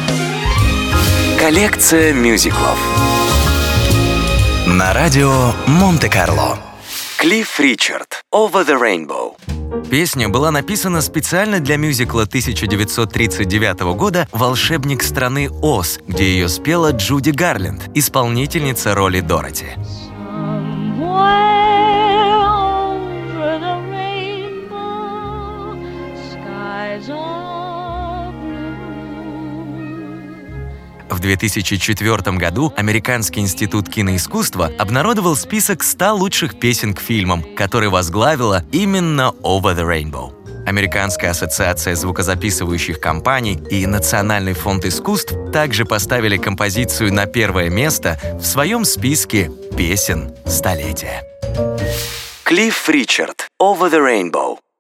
Коллекция мюзиклов на радио Монте-Карло. Клифф Ричард «Over the Rainbow». Песня была написана специально для мюзикла 1939 года «Волшебник страны Оз», где ее спела Джуди Гарленд, исполнительница роли Дороти. В 2004 году Американский институт киноискусства обнародовал список 100 лучших песен к фильмам, который возглавила именно «Over the Rainbow». Американская ассоциация звукозаписывающих компаний и Национальный фонд искусств также поставили композицию на первое место в своем списке песен столетия. Клифф Ричард «Over the Rainbow».